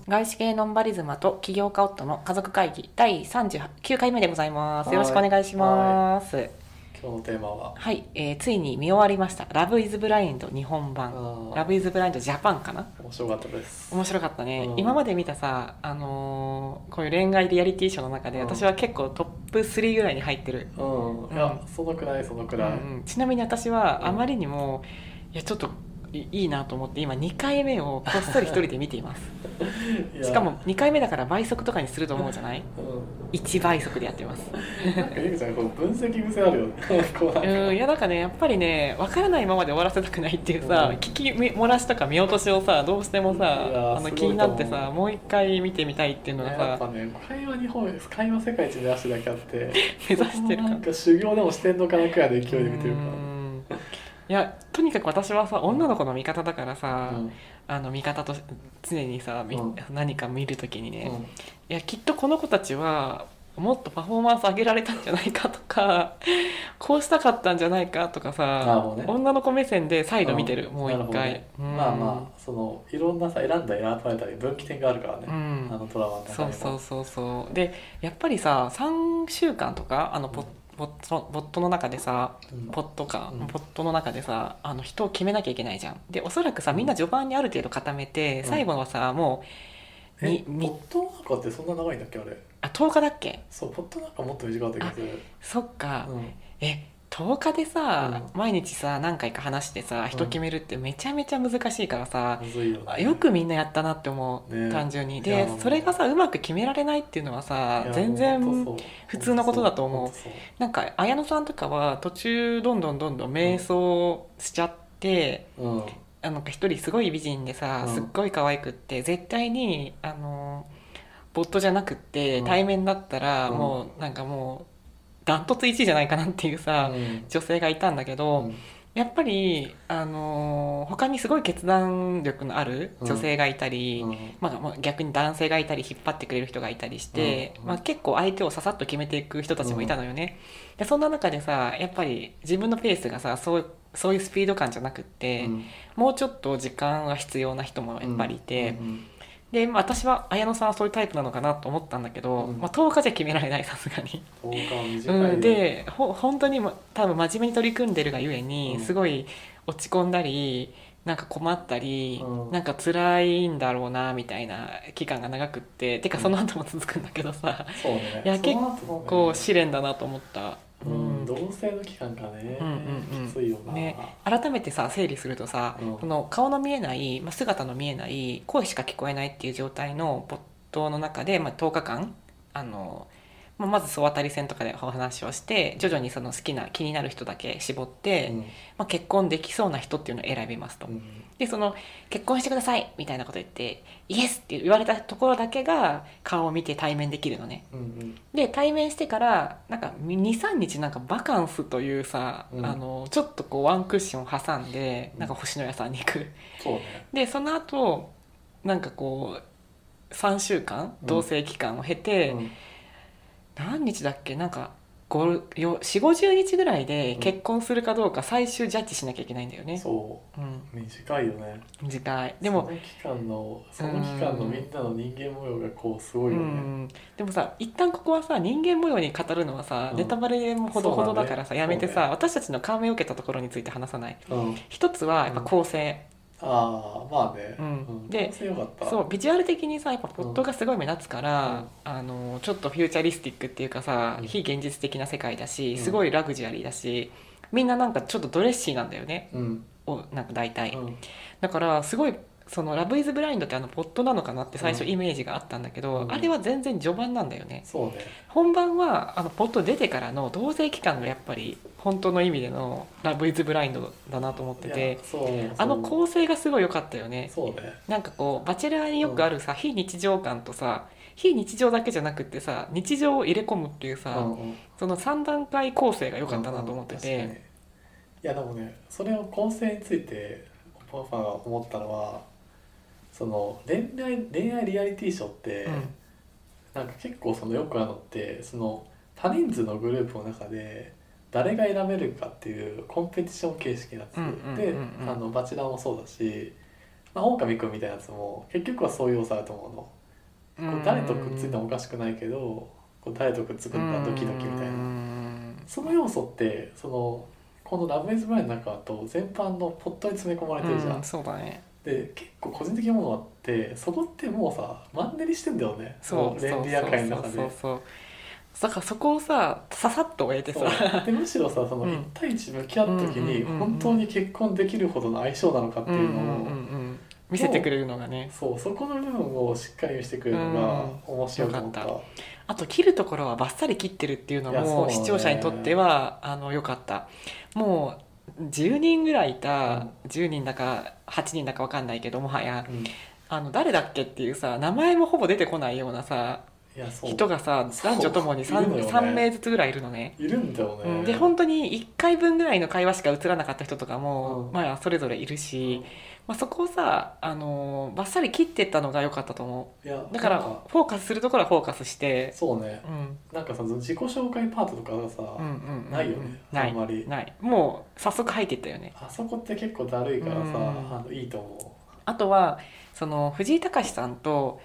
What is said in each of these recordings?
外資系ノンバリズマと起業家夫の家族会議第39回目でございます。よろしくお願いします。 今日のテーマははい、ついに見終わりました。ラブイズブラインド日本版。ラブイズブラインドジャパンかな。 面白かったです。 面白かったね。今まで見たさ、こういう恋愛リアリティショーの中で私は結構トップ3ぐらいに入ってる。 いや、そのくらい、 ちなみに私はあまりにも、いやちょっといいなと思って今2回目をこっそり一人で見ていますしかも2回目だから倍速とかにすると思うじゃない、1倍速でやってますなんかゆきちゃんこう分析癖あるよねいやなんかねやっぱりね分からないままで終わらせたくないっていうさ、聞き漏らしとか見落としをさどうしてもさ気になってさもう一回見てみたいっていうのがさ、 やっぱね会話世界一目指してだけあって目指してるかなんか修行でもしてんのかなくらいの勢いで見てるからいやとにかく私はさ女の子の味方だからさ、味方と常にさ、何か見るときにね、いやきっとこの子たちはもっとパフォーマンス上げられたんじゃないかとかこうしたかったんじゃないかとかさ、女の子目線で再度見てる、もう一回、 まあそのいろんなさ選んだ選ばれたり分岐点があるからね、あのドラマの中にもそうでやっぱりさ3週間とかボットの中でさ、ポットの中でさ人を決めなきゃいけないじゃん。でおそらくさみんな序盤にある程度固めて、最後はさもうポットの中ってそんな長いんだっけあれ。 10日だっけ。 そうポットの中もっと短かった気がする。 そっか、10日でさ、毎日さ何回か話してさ人決めるってめちゃめちゃ難しいからさ、よくみんなやったなって思う、単純に。でそれがさうまく決められないっていうのはさ全然普通のことだと思う。なんか綾野さんとかは途中どんどん迷走しちゃって、なんか一人すごい美人でさすっごい可愛くって絶対にボットじゃなくって対面だったらもうなんかもうダントツ1位じゃないかなっていうさ、女性がいたんだけど、やっぱり、他にすごい決断力のある女性がいたり、逆に男性がいたり引っ張ってくれる人がいたりして、結構相手をささっと決めていく人たちもいたのよね。でそんな中でさやっぱり自分のペースがさそういうスピード感じゃなくって、もうちょっと時間が必要な人もやっぱりいて、で、私は綾野さんはそういうタイプなのかなと思ったんだけど、10日じゃ決められない、さすがに。 10日は短いね。 で本当に多分真面目に取り組んでるがゆえに、すごい落ち込んだりなんか困ったり、なんか辛いんだろうなみたいな期間が長くって、てかその後も続くんだけどさ、いや結構試練だなと思った。 同棲の期間がね、きついよな、 改めてさ整理するとさ、この顔の見えない、姿の見えない声しか聞こえないっていう状態の没頭の中で、10日間まず総当たり戦とかでお話をして徐々にその好きな気になる人だけ絞って、結婚できそうな人っていうのを選びますと、でその結婚してくださいみたいなこと言ってイエスって言われたところだけが顔を見て対面できるのね、で対面してからなんか 2,3 日なんかバカンスというさ、ちょっとこうワンクッションを挟んでなんか星のやさんに行く、でその後なんかこう3週間同棲期間を経て、何日だっけなんか4050日ぐらいで結婚するかどうか最終ジャッジしなきゃいけないんだよね。 短いよね。 短い。でもその期間のみんなの人間模様がこうすごいよね。 でもさ一旦ここはさ人間模様に語るのはさ、ネタバレもほどほどだからさ、やめてさ、私たちの感銘を受けたところについて話さない。一つはやっぱ構成、でそうビジュアル的にさやっぱポットがすごい目立つから、ちょっとフューチャリスティックっていうかさ、非現実的な世界だしすごいラグジュアリーだし、みんななんかちょっとドレッシーなんだよね、なんか大体、だからすごいそのラブイズブラインドってポットなのかなって最初イメージがあったんだけど、あれは全然序盤なんだよね。本番はポット出てからの同棲期間がやっぱり本当の意味でのラブイズブラインドだなと思ってて、構成がすごい良かったよね。なんかこうバチェラーによくあるさ、非日常感とさ非日常だけじゃなくってさ日常を入れ込むっていうさ、その3段階構成が良かったなと思ってて、 いやでもねそれを構成についてパパが思ったのは、その恋愛リアリティショーって、なんか結構そのよくあるのってその多人数のグループの中で誰が選べるかっていうコンペティション形式のやつで、バチェラーもそうだし、狼くんみたいなやつも結局はそういう要素あると思うの。 こう誰とくっついてもおかしくないけどこう誰とくっつくんだドキドキみたいなその要素ってこのラブイズブラインドの中だと全般のポットに詰め込まれてるじゃん、 そうだね。 で結構個人的なものがあってそこってもうさマンネリしてんだよねそうレンリア界の中でだからそこをさささっと終えてさでむしろさその1対1向き合った時に本当に結婚できるほどの相性なのかっていうのを見せてくれるのがねそこの部分をしっかり見せてくれるのが面白いと思った、 あと切るところはバッサリ切ってるっていうのも視聴者にとっては良かった。もう10人ぐらいいた、10人だか8人だか分かんないけどもはや、誰だっけっていうさ名前もほぼ出てこないようなさ人がさ男女ともに 3名ずつぐらいいるのね。 いるんだよね、 で本当に1回分ぐらいの会話しか映らなかった人とかも、まあそれぞれいるし、そこをさバッサリ切ってったのが良かったと思う。だからフォーカスするところはフォーカスしてそうね、なんかさ自己紹介パートとかがさ、ないよねあんまりないもう早速入ってったよね。 あそこって結構だるいからさ、いいと思う。 あとはその藤井隆さんと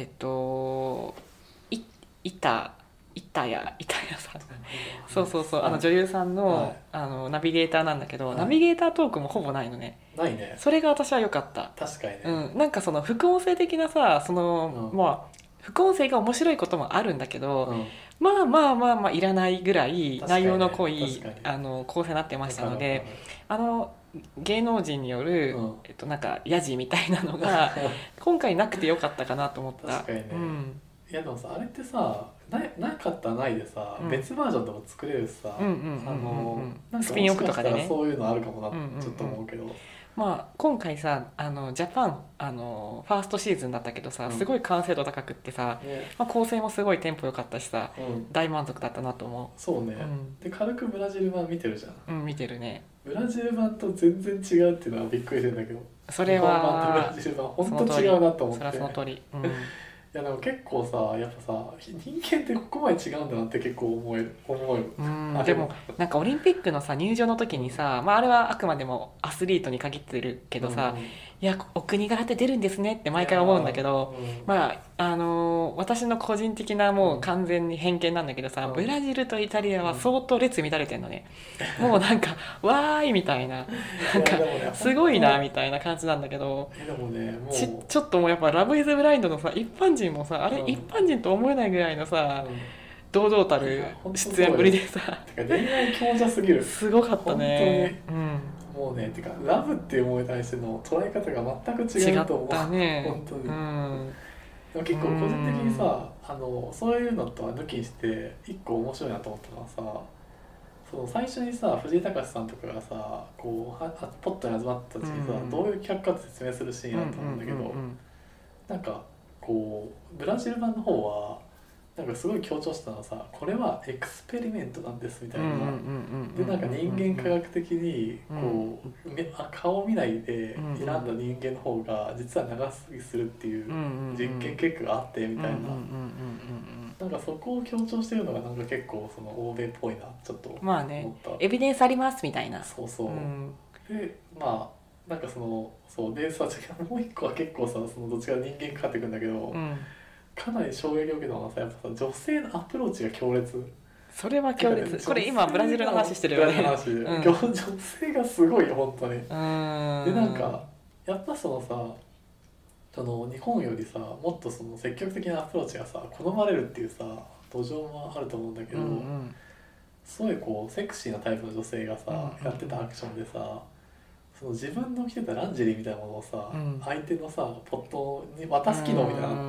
板谷さんそう女優さんの、ナビゲーターなんだけど、ナビゲータートークもほぼないのね。 ないね。 それが私は良かった。 確かにね、 なんかその副音声的なさまあ副音声が面白いこともあるんだけど、まあいらないぐらい内容の濃い構成になってましたので、芸能人による、なんかヤジみたいなのが今回なくてよかったかなと思った。 確かにね、いやでもさあれってさなかったらないでさ、別バージョンでも作れるしさ、 スピンオフとかでねそういうのあるかもなちょっと思うけど、 今回さジャパンファーストシーズンだったけどさ、すごい完成度高くってさ、構成もすごいテンポ良かったしさ、大満足だったなと思う。 そうね、で軽くブラジル版見てるじゃん。 見てるね。 ブラジル版と全然違うっていうのはびっくりしてるんだけど、 それは日本版とブラジル版本当違うなと思って。 それはその通り。 いやでも結構さやっぱさ人間ってここまで違うんだなって結構思える。 でもなんかオリンピックのさ入場の時にさ、あれはあくまでもアスリートに限ってるけどさ、いやお国柄って出るんですねって毎回思うんだけど、私の個人的なもう完全に偏見なんだけどさ、ブラジルとイタリアは相当列乱れてんのね。もうなんかわーいみたいな、なんかすごいなみたいな感じなんだけど、 でもねもうちょっともうやっぱラブイズブラインドのさ一般人もさ一般人と思えないぐらいのさ、堂々たる出演ぶりでさ、 恋愛強者すぎる。 すごかったね。 もうねてかラブっていうものに対しての捉え方が全く違うと思う。 違ったね本当に。でも結構個人的にさそういうのとは抜きにして一個面白いなと思ったのはさ、その最初にさ藤井隆さんとかがさこうポットに集まった時にさ、どういう企画かって説明するシーンあったんだけど、なんかこうブラジル版の方はなんかすごい強調したのはさ、これはエクスペリメントなんですみたいな。でなんか人間科学的にこう顔を見ないで選んだ人間の方が実は長続きするっていう実験結果があってみたいな。なんかそこを強調してるのがなんか結構その欧米っぽいなちょっと思った。 まあね、エビデンスありますみたいな。 そうそう。でなんかそうでさもう一個は結構さそのどっちか人間かかってくんだけど。かなり衝撃を受けたのはさ、やっぱさ女性のアプローチが強烈。 それは強烈。これ今ブラジルの話してるよね。 女性がすごいよ本当に。でなんかやっぱそのさ日本よりさもっとその積極的なアプローチがさ好まれるっていうさ土壌もあると思うんだけど、すごいこうセクシーなタイプの女性がさ、やってたアクションでさ、その自分の着てたランジェリーみたいなものをさ、相手のさポットに渡す機能みたいなのがあって。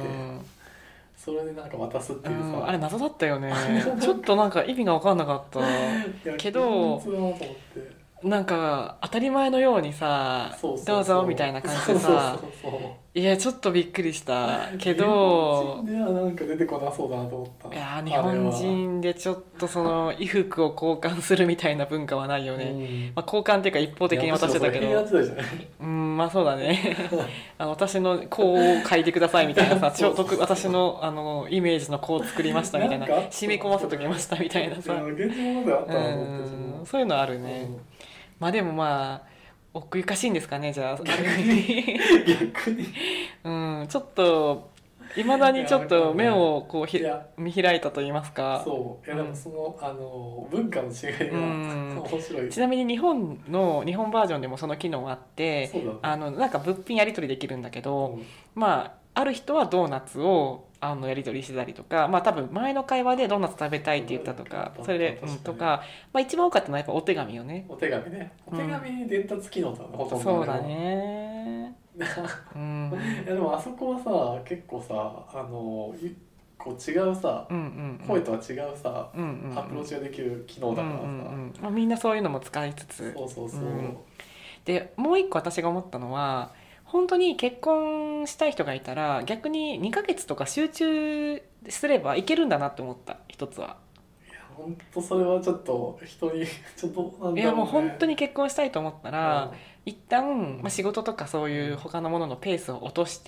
それでなんか渡すっていうさ、 あれ謎だったよね。ちょっとなんか意味が分かんなかったけど、なんか当たり前のようにさどうぞみたいな感じでさ、いやちょっとびっくりしたけど、 日本人ではなんか出てこなそうだなと思った。 いや日本人でちょっとその衣服を交換するみたいな文化はないよね。交換っていうか一方的に渡してたけど、そうだね。私のこう書いてくださいみたいなさ、私のイメージのこう作りましたみたいな、染み込ませときましたみたいなさ、そういうのあるね。でも奥ゆかしいんですかね、じゃあ逆にちょっといまだにちょっと目をこういや見開いたと言いますか。 そういやでもその、文化の違いが面白い。 ちなみに日本バージョンでもその機能あって、 そうだね、 なんか物品やり取りできるんだけど、 うん、 まあある人はドーナツをやり取りしてたりとか、まあ多分前の会話でドーナツ食べたいって言ったとか、それで、とか、まあ一番多かったのはやっぱお手紙よね。 お手紙ね。お手紙伝達機能だね、ほとんど。 そうだね。 うん、いやでもあそこはさ結構さこう違うさ、声とは違うさ、アプローチができる機能だからさ、 まあ、みんなそういうのも使いつつ、 そう、 でもう一個私が思ったのは、本当に結婚したい人がいたら逆に2ヶ月とか集中すればいけるんだなって思った。一つは本当それはちょっと人にちょっとなんだろうね。 いやもう本当に結婚したいと思ったら、一旦、まあ、仕事とかそういう他のもののペースを落として、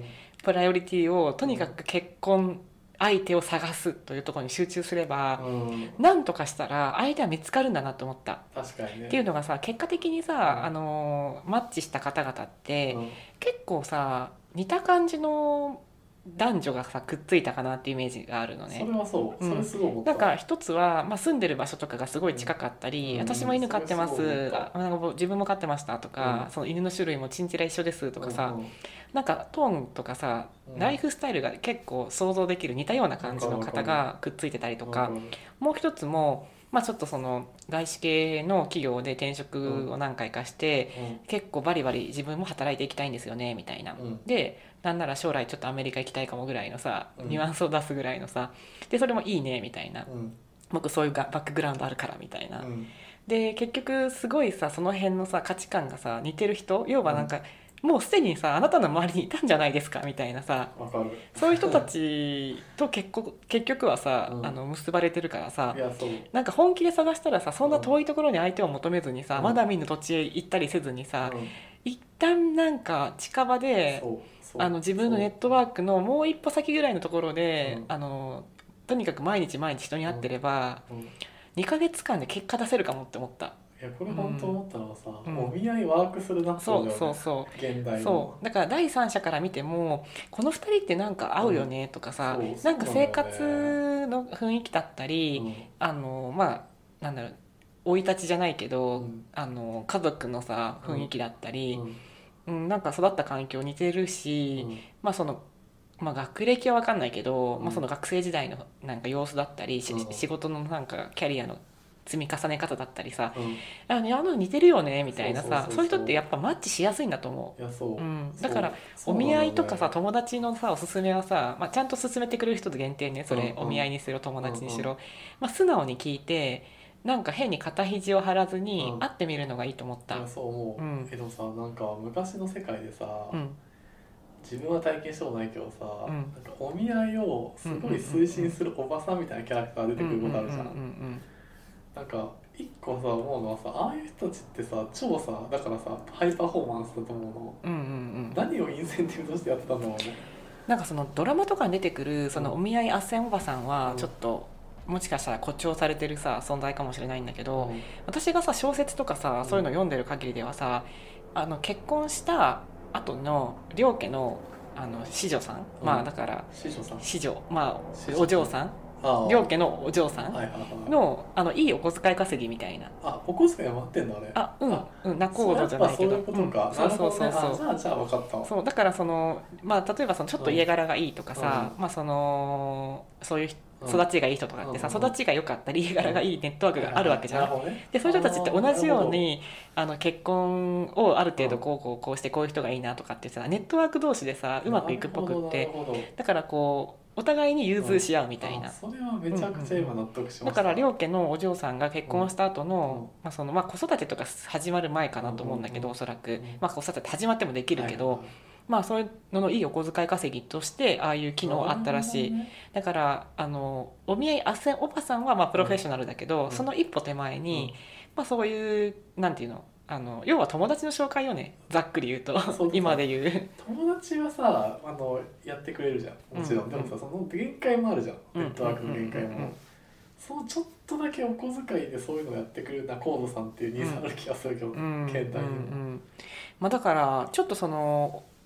プライオリティをとにかく結婚相手を探すというところに集中すれば、なんとかしたら相手は見つかるんだなと思った。 確かにね。 っていうのがさ、結果的にさ、マッチした方々って、結構さ似た感じの男女がさくっついたかなっていうイメージがあるのね。 それはそう、それすごい思った。 なんか一つは、まあ、住んでる場所とかがすごい近かったり、私も犬飼ってます、なんか自分も飼ってましたとか、その犬の種類もチンチラ一緒ですとかさ、なんかトーンとかさ、ライフスタイルが結構想像できる似たような感じの方がくっついてたりとか、もう一つもまあ、ちょっとその外資系の企業で転職を何回かして、結構バリバリ自分も働いていきたいんですよねみたいな、でなんなら将来ちょっとアメリカ行きたいかもぐらいのさ、ニュアンスを出すぐらいのさ、でそれもいいねみたいな、僕そういうバックグラウンドあるからみたいな、で結局すごいさその辺のさ価値観がさ似てる人、要はなんか、もうすでにさあなたの周りにいたんじゃないですかみたいなさ、そういう人たちと結局はさ、結ばれてるからさ、なんか本気で探したらさ、そんな遠いところに相手を求めずにさ、まだ見ぬ土地へ行ったりせずにさ、一旦なんか近場で自分のネットワークのもう一歩先ぐらいのところで、とにかく毎日人に会ってれば、2ヶ月間で結果出せるかもって思った。 いやこれ本当思ったのはさ、お見合いワークするなって思うよね。 そう現代の。 そうだから第三者から見てもこの2人ってなんか合うよねとかさ、なんか生活の雰囲気だったり、まあなんだろう、生い立ちじゃないけど、家族のさ雰囲気だったり、なんか育った環境似てるし、まあそのまあ、学歴は分かんないけど、まあ、その学生時代のなんか様子だったり、仕事のなんかキャリアの積み重ね方だったりさ、似てるよねみたいなさ、そういう人ってやっぱマッチしやすいんだと思う。だからお見合いとかさ、友達のさおすすめはさ、まあ、ちゃんと勧めてくれる人と限定ね、それ、お見合いにしろ友達にしろ、まあ、素直に聞いて、なんか変に肩肘を張らずに会ってみるのがいいと思った。 そう思う。でもさ、なんか昔の世界でさ、自分は体験したことないけどさ、なんかお見合いをすごい推進するおばさんみたいなキャラクター出てくることあるじゃん。なんか一個さ思うのはさ、ああいう人たちってさ超さ、だからさハイパフォーマンスだと思うの。何をインセンティブとしてやってたんだろうね。 なんかそのドラマとかに出てくるそのお見合い斡旋おばさんはちょっと、もしかしたら誇張されてるさ存在かもしれないんだけど、私がさ小説とかさそういうの読んでる限りではさ、結婚した後の両家の子女さん、まあだから子女、まあお嬢さん、両家のお嬢さんのいいお小遣い稼ぎみたいな。 お小遣いは待ってんのあれ。 仲人じゃないけど、 そういうことか。じゃあ分かったわ。 そうだからその、まあ例えばそのちょっと家柄がいいとかさ、まあそういう育ちがいい人とかってさ、育ちが良かったり家柄がいいネットワークがあるわけじゃん。でそういう人たちって同じように結婚をある程度こうしてこういう人がいいなとかってさ、ネットワーク同士でさうまくいくっぽくって、だからこうお互いに融通し合うみたいな。 それはめちゃくちゃ今納得しました。 だから両家のお嬢さんが結婚した後の、まあ子育てとか始まる前かなと思うんだけど、おそらく、まあ子育て始まってもできるけど、まあそういうののいいお小遣い稼ぎとしてああいう機能あったらしい。だからお見合い斡旋おばさんはまあプロフェッショナルだけど、その一歩手前に、まあそういうなんていうの、要は友達の紹介よね、ざっくり言うと。今で言う友達はさやってくれるじゃん、もちろん。でもさ、その限界もあるじゃん、ネットワークの限界も。そのちょっとだけお小遣いでそういうのやってくれる仲人さんっていうニーズある気がするけど、現代にも。 まあだからちょっとその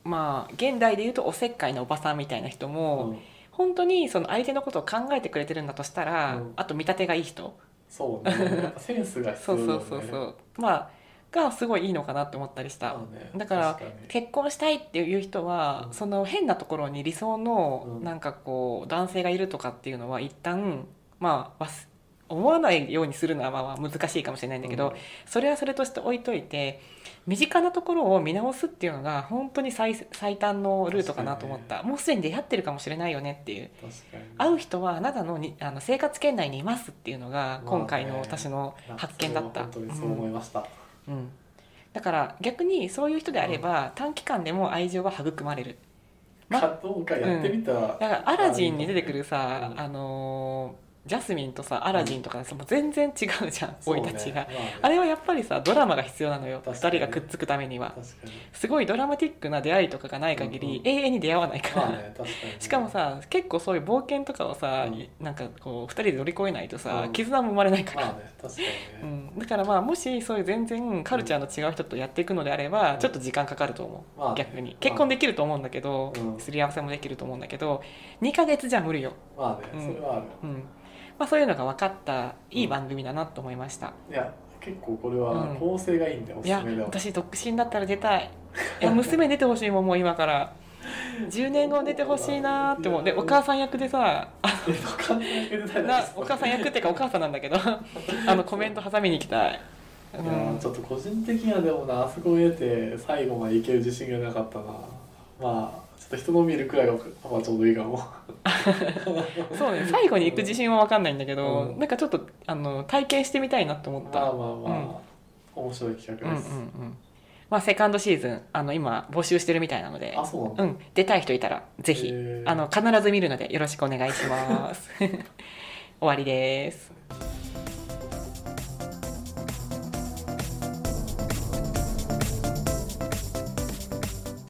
まあ現代でいうとおせっかいのおばさんみたいな人も、 うん本当にその相手のことを考えてくれてるんだとしたら、あと見立てがいい人、 そうね、やっぱセンスが必要だよね。 そうまあがすごいいいのかなって思ったりした、だから結婚したいっていう人は、その変なところに理想のなんかこう男性がいるとかっていうのは一旦まあ思わないようにするのはまあ難しいかもしれないんだけど、それはそれとして置いといて身近なところを見直すっていうのが本当に最短のルートかなと思った。もうすでに出会ってるかもしれないよねっていう、会う人はあなたの生活圏内にいますっていうのが今回の私の発見だった。 本当にそう思いました、 だから逆にそういう人であれば、短期間でも愛情は育まれる。 どうかやってみたら、 だからアラジンに出てくるさ、ジャスミンとさアラジンとかさ、もう全然違うじゃん生い立ちが、あれはやっぱりさドラマが必要なのよ、2人がくっつくためには。すごいドラマティックな出会いとかがない限り、永遠に出会わないから、しかもさ結構そういう冒険とかをさ、なんかこう2人で乗り越えないとさ、絆も生まれないから、だからまあもしそういう全然カルチャーの違う人とやっていくのであれば、ちょっと時間かかると思う、逆に結婚できると思うんだけど、すり合わせもできると思うんだけど、2ヶ月じゃ無理よ。 まあね、それはある。 まあ、そういうのが分かったいい番組だなと思いました。 いや結構これは構成がいいんで、おすすめだわ。 いや私独身だったら出たい。いや娘出てほしいもん、もう今から10年後出てほしいなって思う。でお母さん役でさ、お母さん役っていうかお母さんなんだけどコメント挟みに行きたい。 いやちょっと個人的にはでもな、あそこを得て最後までいける自信がなかったな。まあちょっと人の見るくらいがパパちょうどいいかもそうね、最後に行く自信は分かんないんだけど、なんかちょっと体験してみたいなって思った。 まあ面白い企画です。 まあ、セカンドシーズン今募集してるみたいなので、出たい人いたらぜひ必ず見るのでよろしくお願いします終わりです。